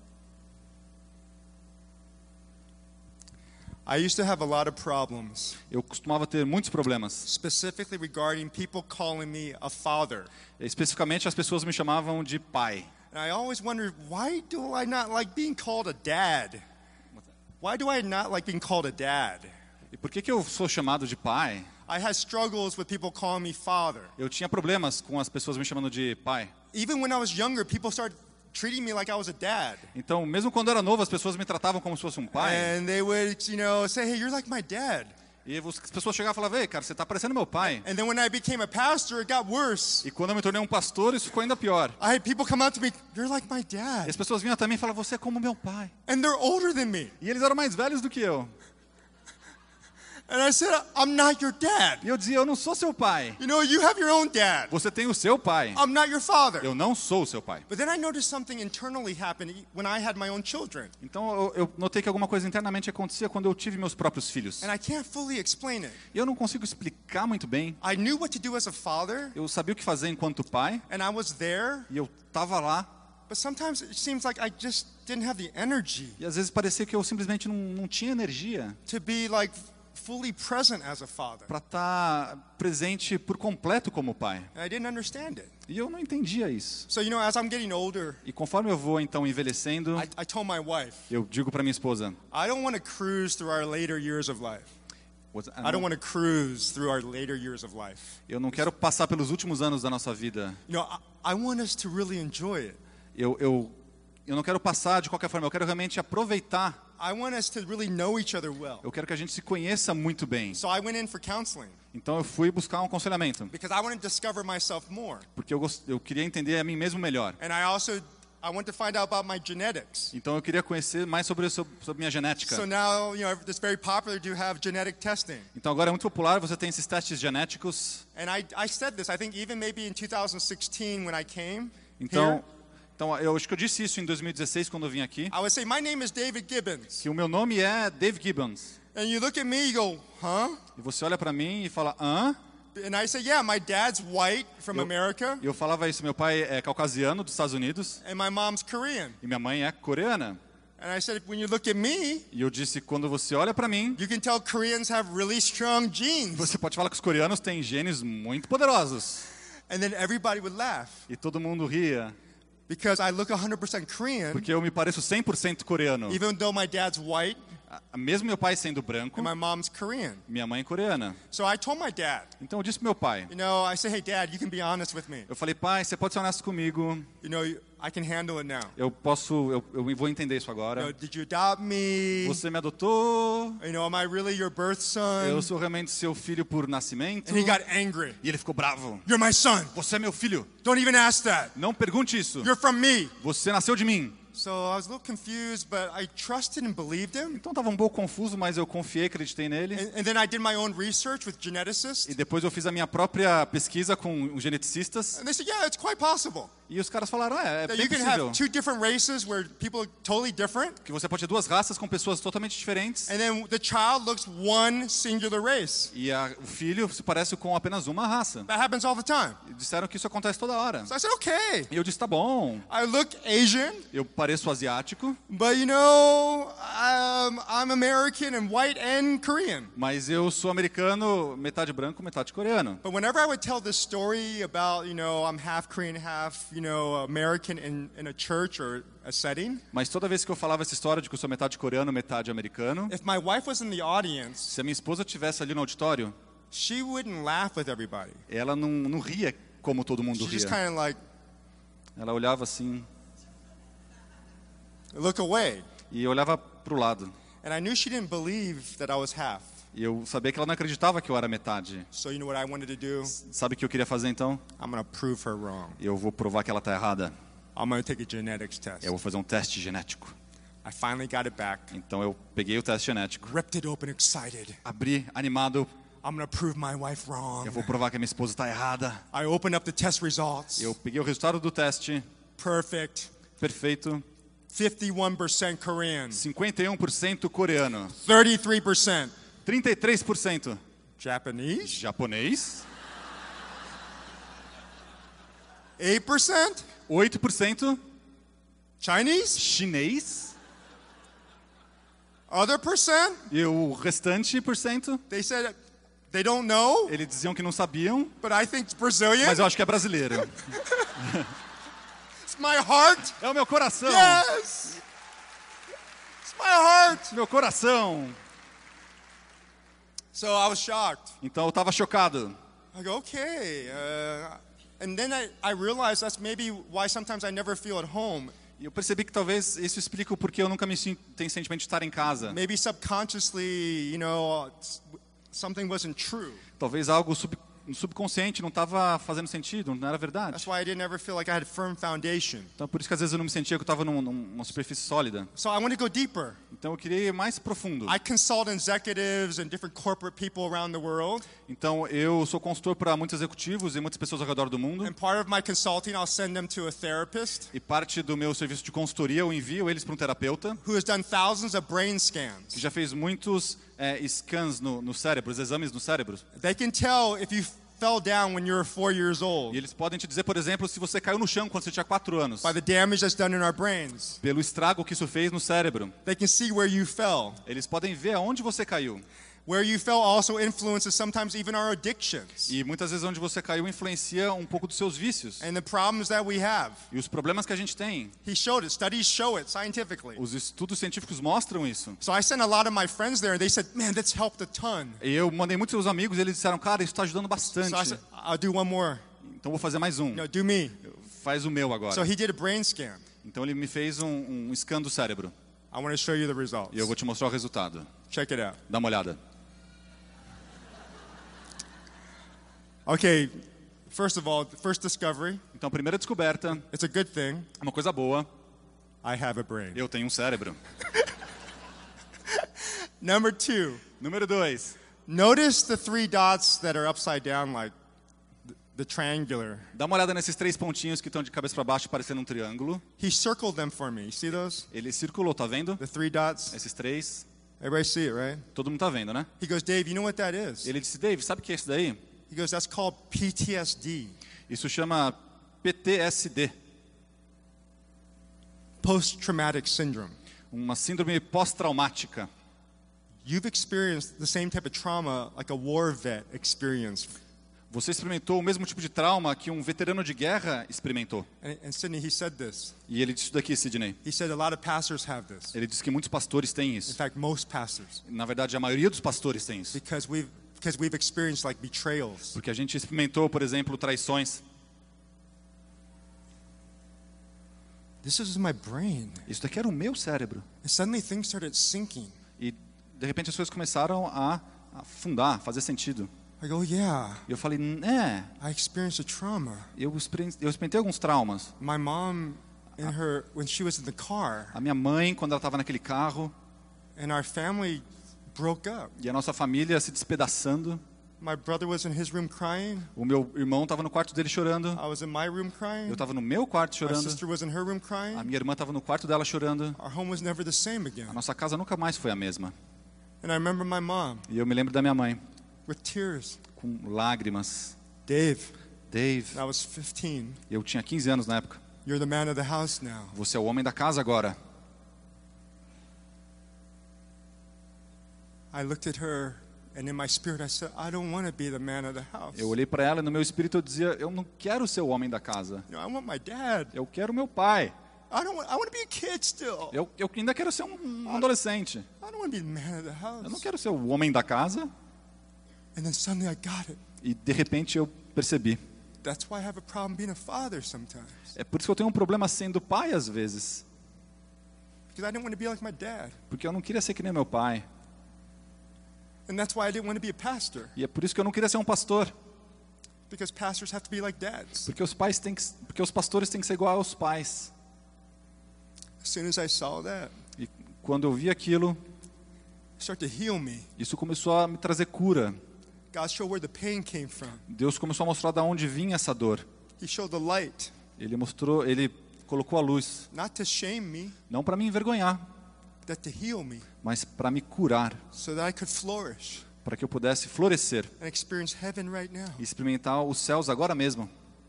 I used to have a lot of problems, Eu costumava ter muitos problemas. specifically regarding people calling me a father. Especificamente, as pessoas me chamavam de pai. And I always wondered, why do I not like being called a dad? Why do I not like being called a dad? E por que eu sou chamado de pai? I had struggles with people calling me father. Eu tinha problemas com as pessoas me chamando de pai. Even when I was younger, people started treating me like I was a dad. Então, mesmo quando eu era novo, as pessoas me tratavam como se fosse um pai. And they would, say, hey, you're like my dad. E as pessoas chegavam e falavam, ei, cara, você tá parecendo meu pai. And then when I became a pastor, it got worse. E quando eu me tornei um pastor, isso ficou ainda pior. I had people come up to me, you're like my E dad. as pessoas vinham até mim e falavam, você é como meu pai. And they're older than me. E eles eram mais velhos do que eu. And I said, I'm not your dad. E eu dizia, eu não sou seu pai. You have your own dad. Você tem o seu pai. I'm not your father. Eu não sou o seu pai. But then I noticed something internally happen when I had my own children. Então eu notei que alguma coisa internamente acontecia quando eu tive meus próprios filhos. And I can't fully explain it. E eu não consigo explicar muito bem. I knew what to do as a father. Eu sabia o que fazer enquanto pai. And I was there. E eu estava lá. But sometimes it seems like I just didn't have the energy. E às vezes parecia que eu simplesmente não tinha energia. To be like fully present as a father. Para estar presente por completo como pai. And I didn't understand it. E eu não entendia isso. So as I'm getting older, E conforme eu vou então envelhecendo, I told my wife, eu digo para minha esposa, I don't want to cruise through our later years of life. I don't want to cruise through our later years of life. Eu não quero passar pelos últimos anos da nossa vida. I want us to really enjoy it. Eu não quero passar de qualquer forma, eu quero realmente aproveitar. I want us to really know each other well. Eu quero que a gente se conheça muito bem. So I went in for counseling. Então eu fui buscar um aconselhamento. Because I want to discover myself more. Porque eu queria entender a mim mesmo melhor. And I want to find out about my genetics. Então eu queria conhecer mais sobre minha genética. So now, it's very popular to have genetic testing. Então agora é muito popular você tem esses testes genéticos. And I said this, I think even maybe in 2016 when I came Então eu acho que eu disse isso em 2016 quando eu vim aqui. I would say my name is David Gibbons. Que o meu nome é Dave Gibbons. And you look at me, you go, huh? E você olha para mim e fala, hã? And I say, yeah, my dad's white from America. E eu falava isso, meu pai é caucasiano dos Estados Unidos. And my mom's Korean. E minha mãe é coreana. And I said, when you look at me, e eu disse, quando você olha para mim, you can tell Koreans have really strong genes. Você pode falar que os coreanos têm genes muito poderosos. And then everybody would laugh. E todo mundo ria. Because I look 100% Korean. Porque eu me pareço 100% coreano. Even though my dad's white. Mesmo meu pai sendo branco. And my mom's Korean. Minha mãe é coreana. So I told my dad. Então eu disse pro meu pai. I said, hey dad, you can be honest with me. Eu falei, pai, você pode ser honesto comigo. I can handle it now. Eu vou entender isso agora. Did you adopt me? Você me adotou? Am I really your birth son? Eu sou realmente seu filho por nascimento? And he got angry. E ele ficou bravo. You're my son. Você é meu filho. Don't even ask that. Não pergunte isso. You're from me. Você nasceu de mim. So I was a little confused, but I trusted and believed him. Então estava um pouco confuso, mas eu confiei, acreditei nele. And then I did my own research with geneticists. E depois eu fiz a minha própria pesquisa com os geneticistas. And they said, yeah, it's quite possible. E os caras falaram, é bem you can possível. have two different races where people are totally different. Que você pode ter duas raças com pessoas totalmente diferentes. And then the child looks one singular race. E o filho se parece com apenas uma raça. That happens all the time. E disseram que isso acontece toda hora. So I said, okay. E eu disse, tá bom. I look Asian. Eu pareço asiático. But I'm American and white and Korean. Mas eu sou americano, metade branco, metade coreano. But whenever I would tell this story about, I'm half Korean, half, American in a church or a setting. Mas toda vez que eu falava essa história de que eu sou metade coreano, metade americano, if my wife was in the audience, se a minha esposa estivesse ali no auditório, she wouldn't laugh with everybody. Ela não ria como todo mundo She ria. just kind of like, ela olhava assim. Look away. E eu olhava pro lado. And I knew she didn't believe that I was half. E eu sabia que ela não acreditava que eu era metade. So you know what I wanted to do? Sabe o que eu queria fazer então? I'm going to prove her wrong. Eu vou provar que ela está errada. I'm going to take a genetics test. Eu vou fazer um teste genético. I finally got it back. Então eu peguei o teste genético. Ripped it open, excited. Abri, animado. I'm going to prove my wife wrong. Eu vou provar que a minha esposa está errada. I opened up the test results. Eu peguei o resultado do teste. Perfect. Perfeito. 51% Korean. 51% coreano. 33%. 33%. Japanese. Japonês. 8%. 8%. Chinese. Chinês. Other percent. E o restante %? They said they don't know. Eles diziam que não sabiam. But I think it's Brazilian. Mas eu acho que é brasileiro. It's my heart. É o meu coração. Yes. It's heart. Meu coração. So I was shocked. Então eu estava chocado. I go, okay. And then I realized that's maybe why sometimes I never feel at home. E eu percebi que talvez isso explique o porquê eu nunca tenho sentimento de estar em casa. Maybe subconsciously, something wasn't true. Talvez algo subconsciente não estava fazendo sentido, não era verdade. That's why I didn't ever feel like I had a firm foundation. Então por isso que às vezes eu não me sentia que eu estava numa superfície sólida. So I want to go deeper. Então eu queria ir mais profundo. I consult executives and different corporate people around the world. Então eu sou consultor para muitos executivos e muitas pessoas ao redor do mundo. And part of my consulting, I'll send them to a therapist E parte do meu serviço de consultoria eu envio eles para um terapeuta who has done thousands of brain scans. que já fez muitos scans no cérebro, exames no cérebro. They can tell if you fell down when you were 4 years E old eles podem te dizer, por exemplo, se você caiu no chão quando você tinha 4 anos. by the damage that's done in our brains. Pelo estrago que isso fez no cérebro. They can see where you fell. Eles podem ver aonde você caiu. Where you fell also influences sometimes even our addictions E muitas vezes onde você caiu influencia um pouco dos seus vícios. and the problems that we have. E os problemas que a gente tem. He showed it. Studies show it scientifically. Os estudos científicos mostram isso. So I sent a lot of my friends there and they said, man, that's helped a ton. E eu mandei muitos seus amigos e eles disseram, cara, isso está ajudando bastante. So I said, I'll do one more. Então vou fazer mais um. No, do me. Faz o meu agora. So he did a brain scan. Então ele me fez um scan do cérebro. I want to show you the results. E eu vou te mostrar o resultado. Check it out. Dá uma olhada. Okay, first of all, the first discovery, Então a primeira descoberta it's a good thing. é uma coisa boa. I have a brain. Eu tenho um cérebro. Number 2, Número 2. notice the 3 dots that are upside down like the triangular. Dá uma olhada nesses 3 pontinhos que estão de cabeça para baixo parecendo um triângulo. He circled them for me. You see those? Ele circulou, tá vendo? The 3 dots? Esses 3. Everybody see it, right? Todo mundo tá vendo, né? He goes, Dave, you know what that is? Ele disse, Dave, sabe o que é isso daí? He goes, that's called PTSD, Isso chama PTSD, post-traumatic syndrome. uma síndrome pós-traumática. You've experienced the same type of trauma like a war vet experienced. Você experimentou o mesmo tipo de trauma que um veterano de guerra experimentou. And Sidney, he said this. E ele disse isso daqui, Sidney. He said a lot of pastors have this. Ele disse que muitos pastores têm In isso. fact, most pastors. Na verdade, a maioria dos pastores tem isso. Because we've experienced like betrayals. Porque a gente experimentou, por exemplo, traições. This is my brain. Isso daqui era o meu cérebro. And suddenly things started sinking. E, de repente, as coisas começaram a afundar, fazer sentido. I go, yeah, E eu falei, I experienced a trauma. eu experimentei alguns traumas. My mom, when she was in the car, A minha mãe, quando ela estava naquele carro, and our family broke up. e a nossa família se despedaçando. My brother was in his room crying. O meu irmão estava no quarto dele chorando. I was in my room crying. Eu estava no meu quarto My chorando. sister was in her room A crying. minha irmã estava no quarto dela chorando. Our home was never the same again. A nossa casa nunca mais foi a mesma. And I remember my mom E eu me lembro da minha mãe, with tears. com lágrimas. Dave, Dave, I was 15. eu tinha 15 anos na época. You're the man of the house now. Você é o homem da casa agora. I looked at her, and in my spirit I said, I don't want to be the man of the house. Eu olhei para ela e no meu espírito eu dizia, eu não quero ser o homem da casa. I want my dad. Eu quero meu pai. I want to be a kid still. Eu ainda quero ser um adolescente. I don't want to be the man of the house. Eu não quero ser o homem da casa. And then suddenly I got it. E de repente eu percebi. That's why I have a problem being a father sometimes. É por isso que eu tenho um problema sendo pai às vezes. Because I didn't want to be like my dad. Porque eu não queria ser que nem meu pai. And that's why I didn't want to be a pastor. E é por isso que eu não queria ser um pastor. Because pastors have to be like dads. Porque os pastores têm que ser igual aos pais. As soon as I saw that, E quando eu vi aquilo, it started to heal me. isso começou a me trazer cura. God showed where the pain came from. Deus começou a mostrar de onde vinha essa dor. He showed the light, Ele colocou a luz, not to shame me, não para me envergonhar, but to heal me, mas para me curar, so that I could flourish para que eu pudesse florescer and experience heaven right now. e experimentar os céus agora mesmo.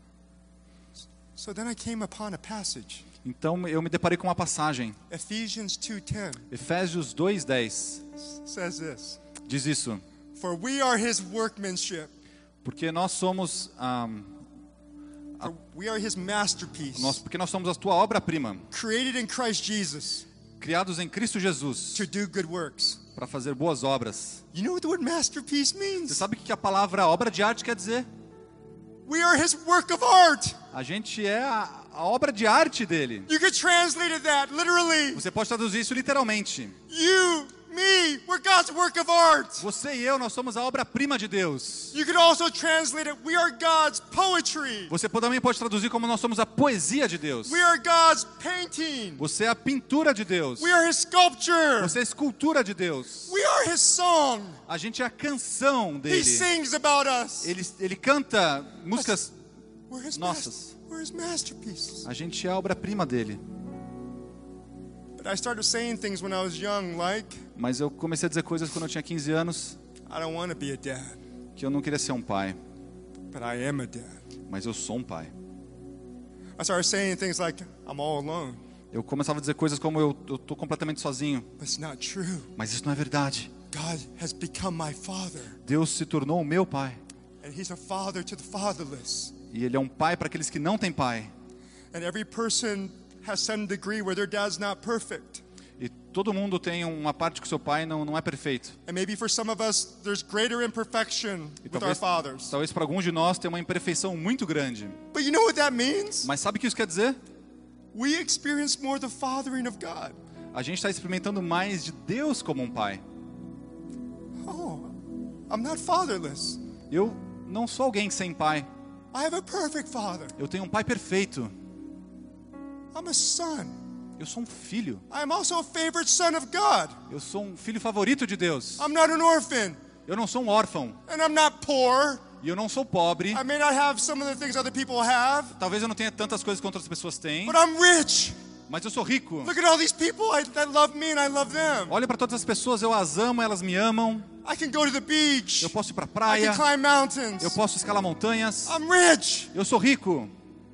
So then I came upon a passage, Então eu me deparei com uma passagem, Ephesians 2:10 Efésios 2:10, says this, diz isso: for we are his workmanship, porque nós somos for we are his masterpiece, porque nós somos a tua obra-prima, created in Christ Jesus criados em Cristo Jesus to do good works. para fazer boas obras. You know what the word masterpiece Você means? sabe o que a palavra obra de arte quer dizer? We are his work of art. A gente é a obra de arte dele. You could translate that literally. Você pode traduzir isso literalmente. You, me, we're God's work of art. Você e eu, nós somos a obra-prima de Deus. You could also translate it, we are God's poetry. Você também pode traduzir como nós somos a poesia de Deus. We are God's painting. Você é a pintura de Deus. We are his sculpture. Você é a escultura de Deus. We are his song. A gente é a canção He dele. sings about us. Ele canta músicas We're his, nossas. we're his masterpieces. A gente é a obra-prima dele. But I started saying things when I was young, like, Mas eu comecei a dizer coisas quando eu tinha 15 anos I don't want to be a dad, que eu não queria ser um pai, but I am a dad. mas eu sou um pai. I started saying things like, I'm all alone. Eu começava a dizer coisas como eu tô completamente sozinho, But it's not true. mas isso não é verdade. God has become my father. Deus se tornou o meu pai, And he's a father to the fatherless. e ele é um pai para aqueles que não têm pai. And every person has some degree where their dad's not perfect. E todo mundo tem uma parte que o seu pai não é perfeito. And maybe for some of us, there's greater imperfection E with our fathers. talvez para alguns de nós tem uma imperfeição muito grande. But you know what that means? Mas sabe o que isso quer dizer? We experience more the fathering of God. A gente está experimentando mais de Deus como um pai. Oh, I'm not fatherless. Eu não sou alguém sem pai. I have a perfect father. Eu tenho um pai perfeito. I'm a son. Eu sou um filho. I am also a favorite son of God. Eu sou um filho favorito de Deus. I'm not an orphan. Eu não sou um órfão. And I'm not poor. E eu não sou pobre. I may not have some of the things other people have. Talvez eu não tenha tantas coisas que outras pessoas têm. But I'm rich. Mas eu sou rico. Look at all these people that love me and I love them. Olha para todas as pessoas, eu as amo, elas me amam. I can go to the beach. Eu posso ir para a I praia. can climb mountains. Eu posso escalar montanhas. I'm rich. Eu sou rico.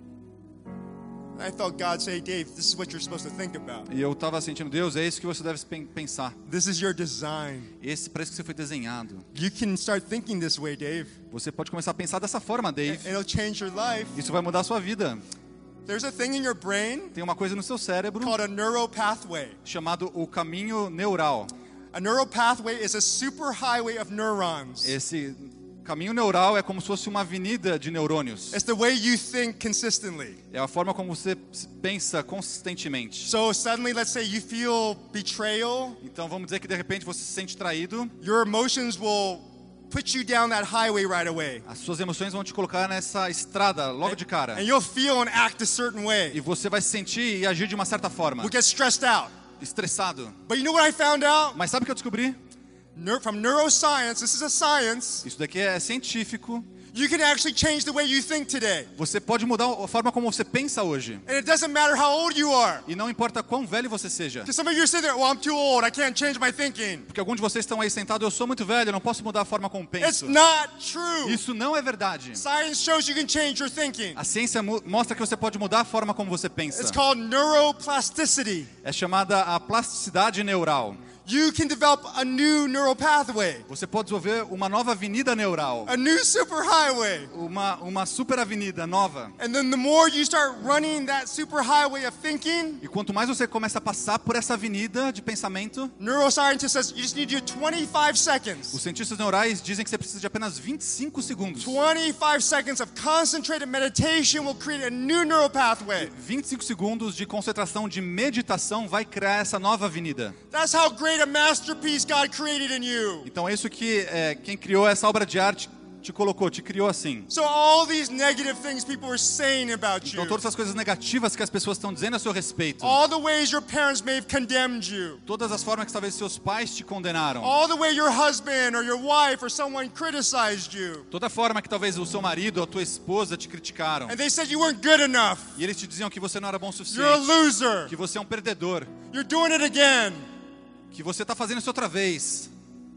And I felt God say, Dave, this is what you're supposed to think about. E eu estava sentindo, Deus, é isso que você deve pensar. This is your design. Para isso que você foi desenhado. You can start thinking this way, Dave. Você pode começar a pensar dessa forma, Dave. And it'll change your life. Isso vai mudar a sua vida. There's a thing in your brain Tem uma coisa no seu cérebro called a neuropathway. chamado o caminho neural. A neuropathway is a superhighway of neurons. Esse caminho neural é como se fosse uma avenida de neurônios. It's the way you think consistently. É a forma como você pensa consistentemente. So suddenly, let's say you feel betrayal. Então vamos dizer que de repente você se sente traído. Your emotions will put you down that highway right away. As suas emoções vão te colocar nessa estrada logo de cara. And you'll feel and act a certain E way. você vai se sentir e agir de uma certa forma. We'll get stressed out. Estressado. But you know what I found out? Mas sabe o que eu descobri? From neuroscience, this is a science. Isso daqui é científico. You can actually change the way you think today. Você pode mudar a forma como você pensa hoje. And it doesn't matter how old you are. E não importa quão velho você seja. Because some of you are sitting there, well, I'm too old. I can't change my thinking. Porque alguns de vocês estão aí sentados, eu sou muito velho, eu não posso mudar a forma como It's penso. not true. Isso não é verdade. Science shows you can change your thinking. A ciência mostra que você pode mudar a forma como você pensa. It's called neuroplasticity. É chamada a plasticidade neural. You can develop a new neural pathway, Você pode desenvolver uma nova avenida neural. a new superhighway. Uma super avenida nova. And then the more you start running that superhighway of thinking, E quanto mais você começa a passar por essa avenida de pensamento, neuroscientist says you just need to do 25 seconds. os cientistas neurais dizem que você precisa de apenas 25 segundos. 25 seconds of concentrated meditation will create a new neural pathway. 25 segundos de concentração de meditação vai criar essa nova avenida. That's how great a masterpiece God created in you. Então é isso que quem criou essa obra de arte te colocou, te criou assim. So all these negative things people are saying about you, Então todas as coisas negativas que as pessoas estão dizendo a seu respeito, all the ways your parents may have condemned you, todas as formas que talvez seus pais te condenaram, all the way your husband or your wife or someone criticized you, toda a forma que talvez o seu marido ou a tua esposa te criticaram, and they said you weren't good enough, e eles te diziam que você não era bom o you're a suficiente, loser, que você é um perdedor, you're doing it again. que você está fazendo isso outra vez.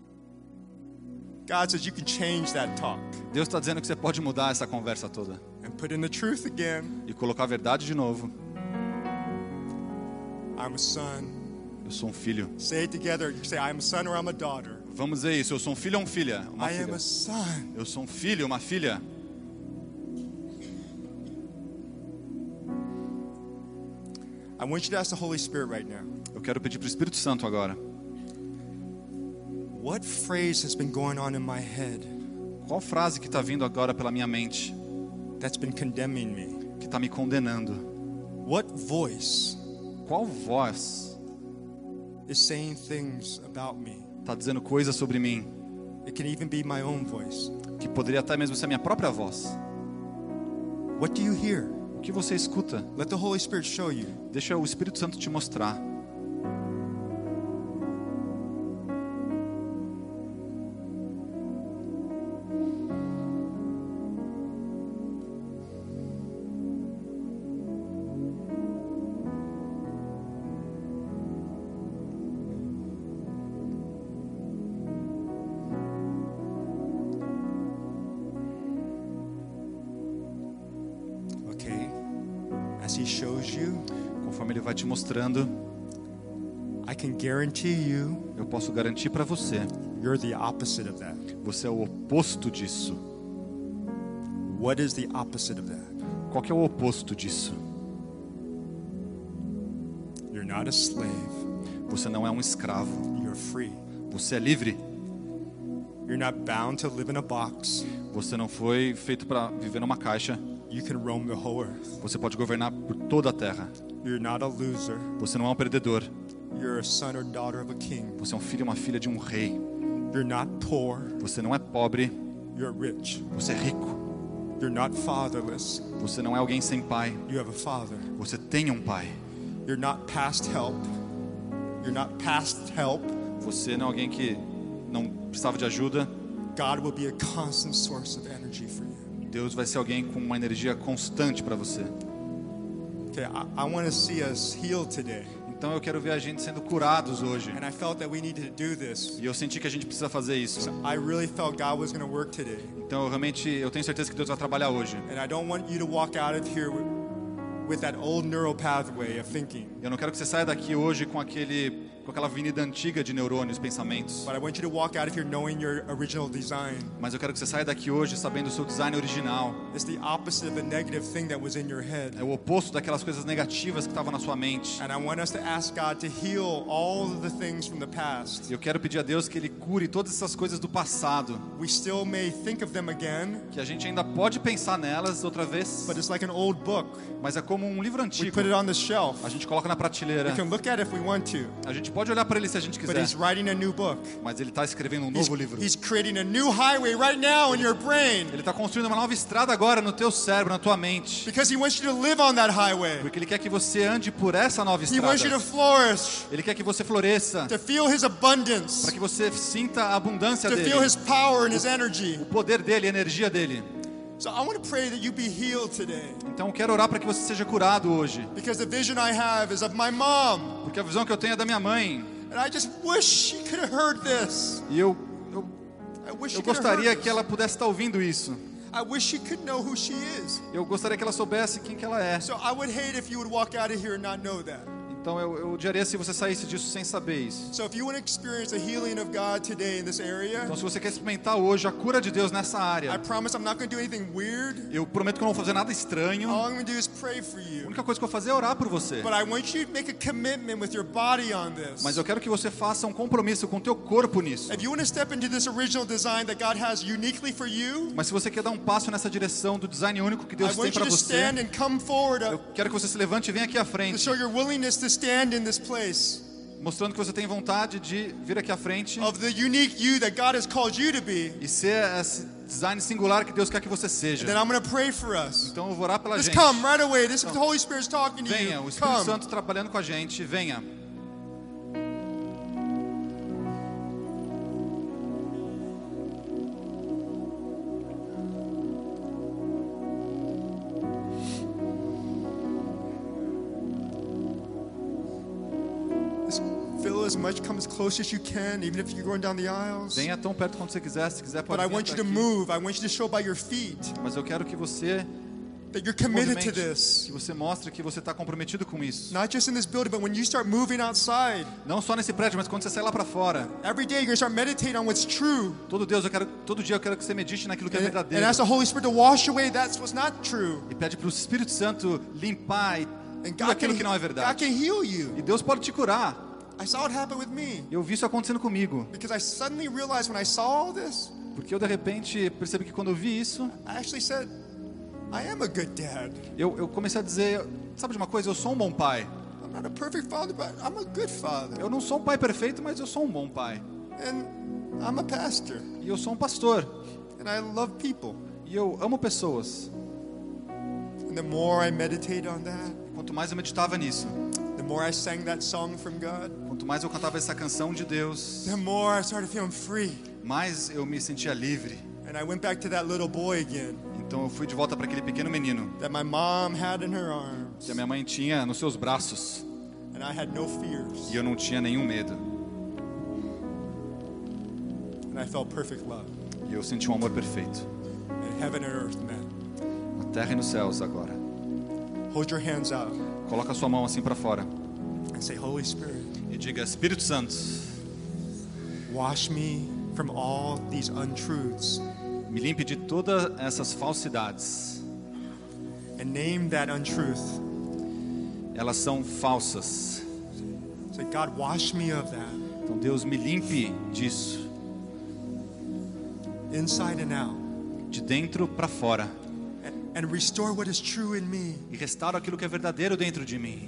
God says you can change that talk Deus está dizendo que você pode mudar essa conversa toda and put in the truth again. e colocar a verdade de novo. I'm a son. Eu sou um filho. Say it together. You say I'm a son or I'm a daughter. Vamos dizer isso. Eu sou um filho ou uma filha? Uma I am filha. a son. Eu sou um filho, uma filha. I want you to ask the Holy Spirit right now. Eu quero pedir para o Espírito Santo agora. What phrase has been going on in my head Qual frase que está vindo agora pela minha mente that's been condemning me? que está me condenando? What voice Qual voz is saying things about me? está dizendo coisas sobre mim It can even be my own voice. que poderia até mesmo ser a minha própria voz? What do you hear? O que você escuta? Let the Holy Spirit show you. Deixa o Espírito Santo te mostrar. Okay. As he shows you, Conforme ele vai te mostrando, I can guarantee you, eu posso garantir para você, you're the opposite of that. você é o oposto disso. What is the opposite of that? Qual que é o oposto disso? You're not a slave. Você não é um escravo, You're free. você é livre. You're not bound to live in a box. Você não foi feito para viver numa caixa. You can roam the whole earth. Você pode governar por toda a terra. You're not a loser. Você não é um perdedor. You're a son or daughter of a king. Você é um filho e uma filha de um rei. You're not poor. Você não é pobre. You're rich. Você é rico. You're not fatherless. Você não é alguém sem pai. You have a father. Você tem um pai. You're not past help. You're not past help. Você não é alguém que não precisava de ajuda. God will be a constant source of energy for you. Deus vai ser alguém com uma energia constante para você. Okay, I want to see us healed today. Então eu quero ver a gente sendo curados hoje. And I felt that we needed to do this. E eu senti que a gente precisa fazer isso. I really felt God was going to work today. Então eu tenho certeza que Deus vai trabalhar hoje. And I don't want you to walk out of here with that old neural pathway of thinking. Eu não quero que você saia daqui hoje com aquela avenida antiga de neurônios, pensamentos. But I want you to walk out of here knowing your original design. Mas eu quero que você saia daqui hoje sabendo o seu design original. It's the opposite of the negative thing that was in your head. É o oposto daquelas coisas negativas que estavam na sua mente. And I want us to ask God to heal all of the things from the past. E eu quero pedir a Deus que Ele cure todas essas coisas do passado. We still may think of them again, Que a gente ainda pode pensar nelas outra vez. but it's like an old book. Mas é como um livro We antigo. put it on the shelf. A gente coloca na prateleira. We can look at it if we want to, A gente pode olhar para ele se a gente but quiser. He's writing a new book. Mas Ele está escrevendo um novo livro. He's creating a new highway right now in your brain Ele está construindo uma nova estrada agora no teu cérebro, na tua mente. because He wants you to live on that highway. Porque Ele quer que você ande por essa nova He wants you to estrada. flourish, Ele quer que você floresça. to feel His abundance, Para que você sinta a abundância to dele. feel His power and His energy. O poder dele, a energia dele. So I want to pray that you be healed today, Então eu quero orar para que você seja curado hoje. because the vision I have is of my mom, Porque a visão que eu tenho é da minha mãe. and I just wish she could have heard this. E eu I wish she eu could have gostaria heard que this. ela pudesse estar ouvindo isso. I wish she could know who she is. Eu gostaria que ela soubesse quem que ela é. So I would hate if you would walk out of here and not know that. Então eu odiaria se você saísse disso sem saber isso. So if you want to experience the healing of God today in this area, Então se você quer experimentar hoje a cura de Deus nessa I área, promise I'm not going to do anything weird. eu prometo que eu não vou fazer nada estranho. All I'm going to do is pray for A you. única coisa que eu vou fazer é orar por você. But I want you to make a commitment with your body on this. Mas eu quero que você faça um compromisso com o teu corpo nisso. If you want to step into this original design that God has uniquely for you, Mas se você quer dar um passo nessa direção do design único que I Deus tem want you para to você, stand and come forward eu quero que você se levante e venha aqui à to frente, show your willingness to stand in this place mostrando que você tem vontade de vir aqui à frente of the unique you that God has called you to be. e ser esse design singular que Deus quer que você seja. And then I'm going to pray for us. Então eu vou orar pela Just gente. come right away. This is the Holy Spirit's talking to Venha, you. o Espírito Come. Santo trabalhando com a gente, venha. Just feel as much, come as close as you can, even if you're going down the aisles. Venha tão perto quanto você quiser, se quiser But pode I vir want you até to aqui. move. I want you to show by your feet Mas eu quero que você that you're committed to movimente, this. que você mostre que você está comprometido com isso. Not just in this building, but when you start moving outside, Não só nesse prédio, mas quando você sai lá para fora. every day you're going to start meditating on what's true. Todo dia eu quero que você medite naquilo que é And verdadeiro. ask the Holy Spirit to wash away that's what's not true. E pede para o Espírito Santo limpar e tudo aquilo que não é God verdade. can heal you. E Deus pode te curar. I saw it happen with me. Eu vi isso acontecendo comigo. Because I suddenly realized when I saw all this, Porque eu de repente percebi que quando eu vi isso, I actually said, I am a good dad. eu comecei a dizer, sabe de uma coisa? Eu sou um bom pai. I'm not a perfect father, but I'm a good father. Eu não sou um pai perfeito, mas eu sou um bom pai. And I'm a pastor. E eu sou um pastor. And I love people. E eu amo pessoas. And the more I meditate on that, Quanto mais eu meditava nisso, the more I sang that song from God, quanto mais eu cantava essa canção de Deus, the more I started feeling free. mais eu me sentia livre. And I went back to that little boy again Então eu fui de volta para aquele pequeno menino that my mom had in her arms. que a minha mãe tinha nos seus braços. And I had no fears. E eu não tinha nenhum medo. And I felt perfect love. E eu senti um amor perfeito. And heaven and earth met. Na terra e nos céus agora. Hold your hands out Coloca a sua mão assim para fora. and say, Holy Spirit, E diga, Espírito Santo, wash me from all these untruths me limpe de todas essas falsidades. and name that untruth. Elas são falsas. Say, God, wash me of that, Então Deus me limpe disso. inside and out, De dentro para fora. and restore what is true in me. E restaura aquilo que é verdadeiro dentro de mim.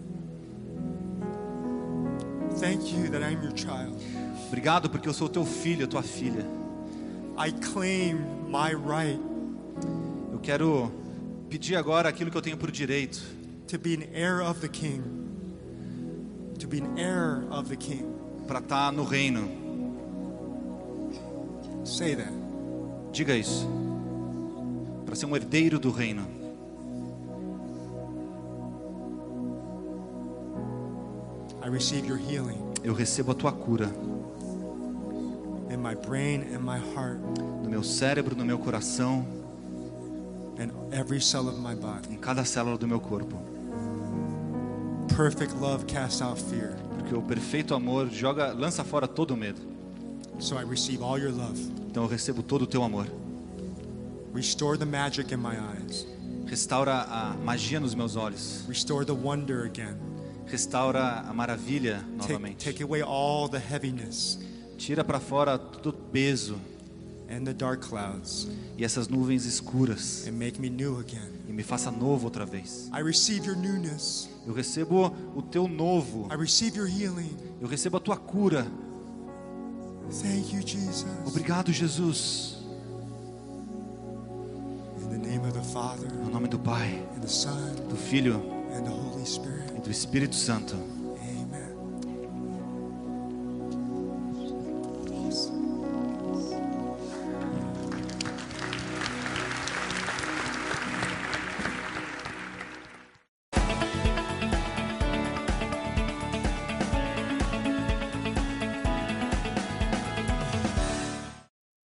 Thank you that I'm your child. Obrigado porque eu sou teu filho, tua filha. I claim my right Eu quero pedir agora aquilo que eu tenho por direito. to be an heir of the King. To be an heir of the King. Para estar no reino. Say that. Diga isso. Para ser um herdeiro do reino. I receive your healing Eu recebo a tua cura. in my brain and my heart No meu cérebro, no meu coração, and every cell of my body. em cada célula do meu corpo. Perfect love casts out fear. Porque o perfeito amor lança fora todo o medo. So I receive all your love. Então eu recebo todo o teu amor. Restore the magic in my eyes. Restaura a magia nos meus olhos. Restore the wonder again. Restaura a maravilha novamente. Take away all the heaviness Tira para fora todo o peso and the dark clouds e essas nuvens escuras and make me new again. e me faça novo outra vez. I receive your newness. Eu recebo o teu novo. I receive your healing. Eu recebo a tua cura. Thank you, Jesus. Obrigado, Jesus. In the name of the Father No nome do Pai, and the Son do Filho and the Holy Spirit. e do Espírito Santo.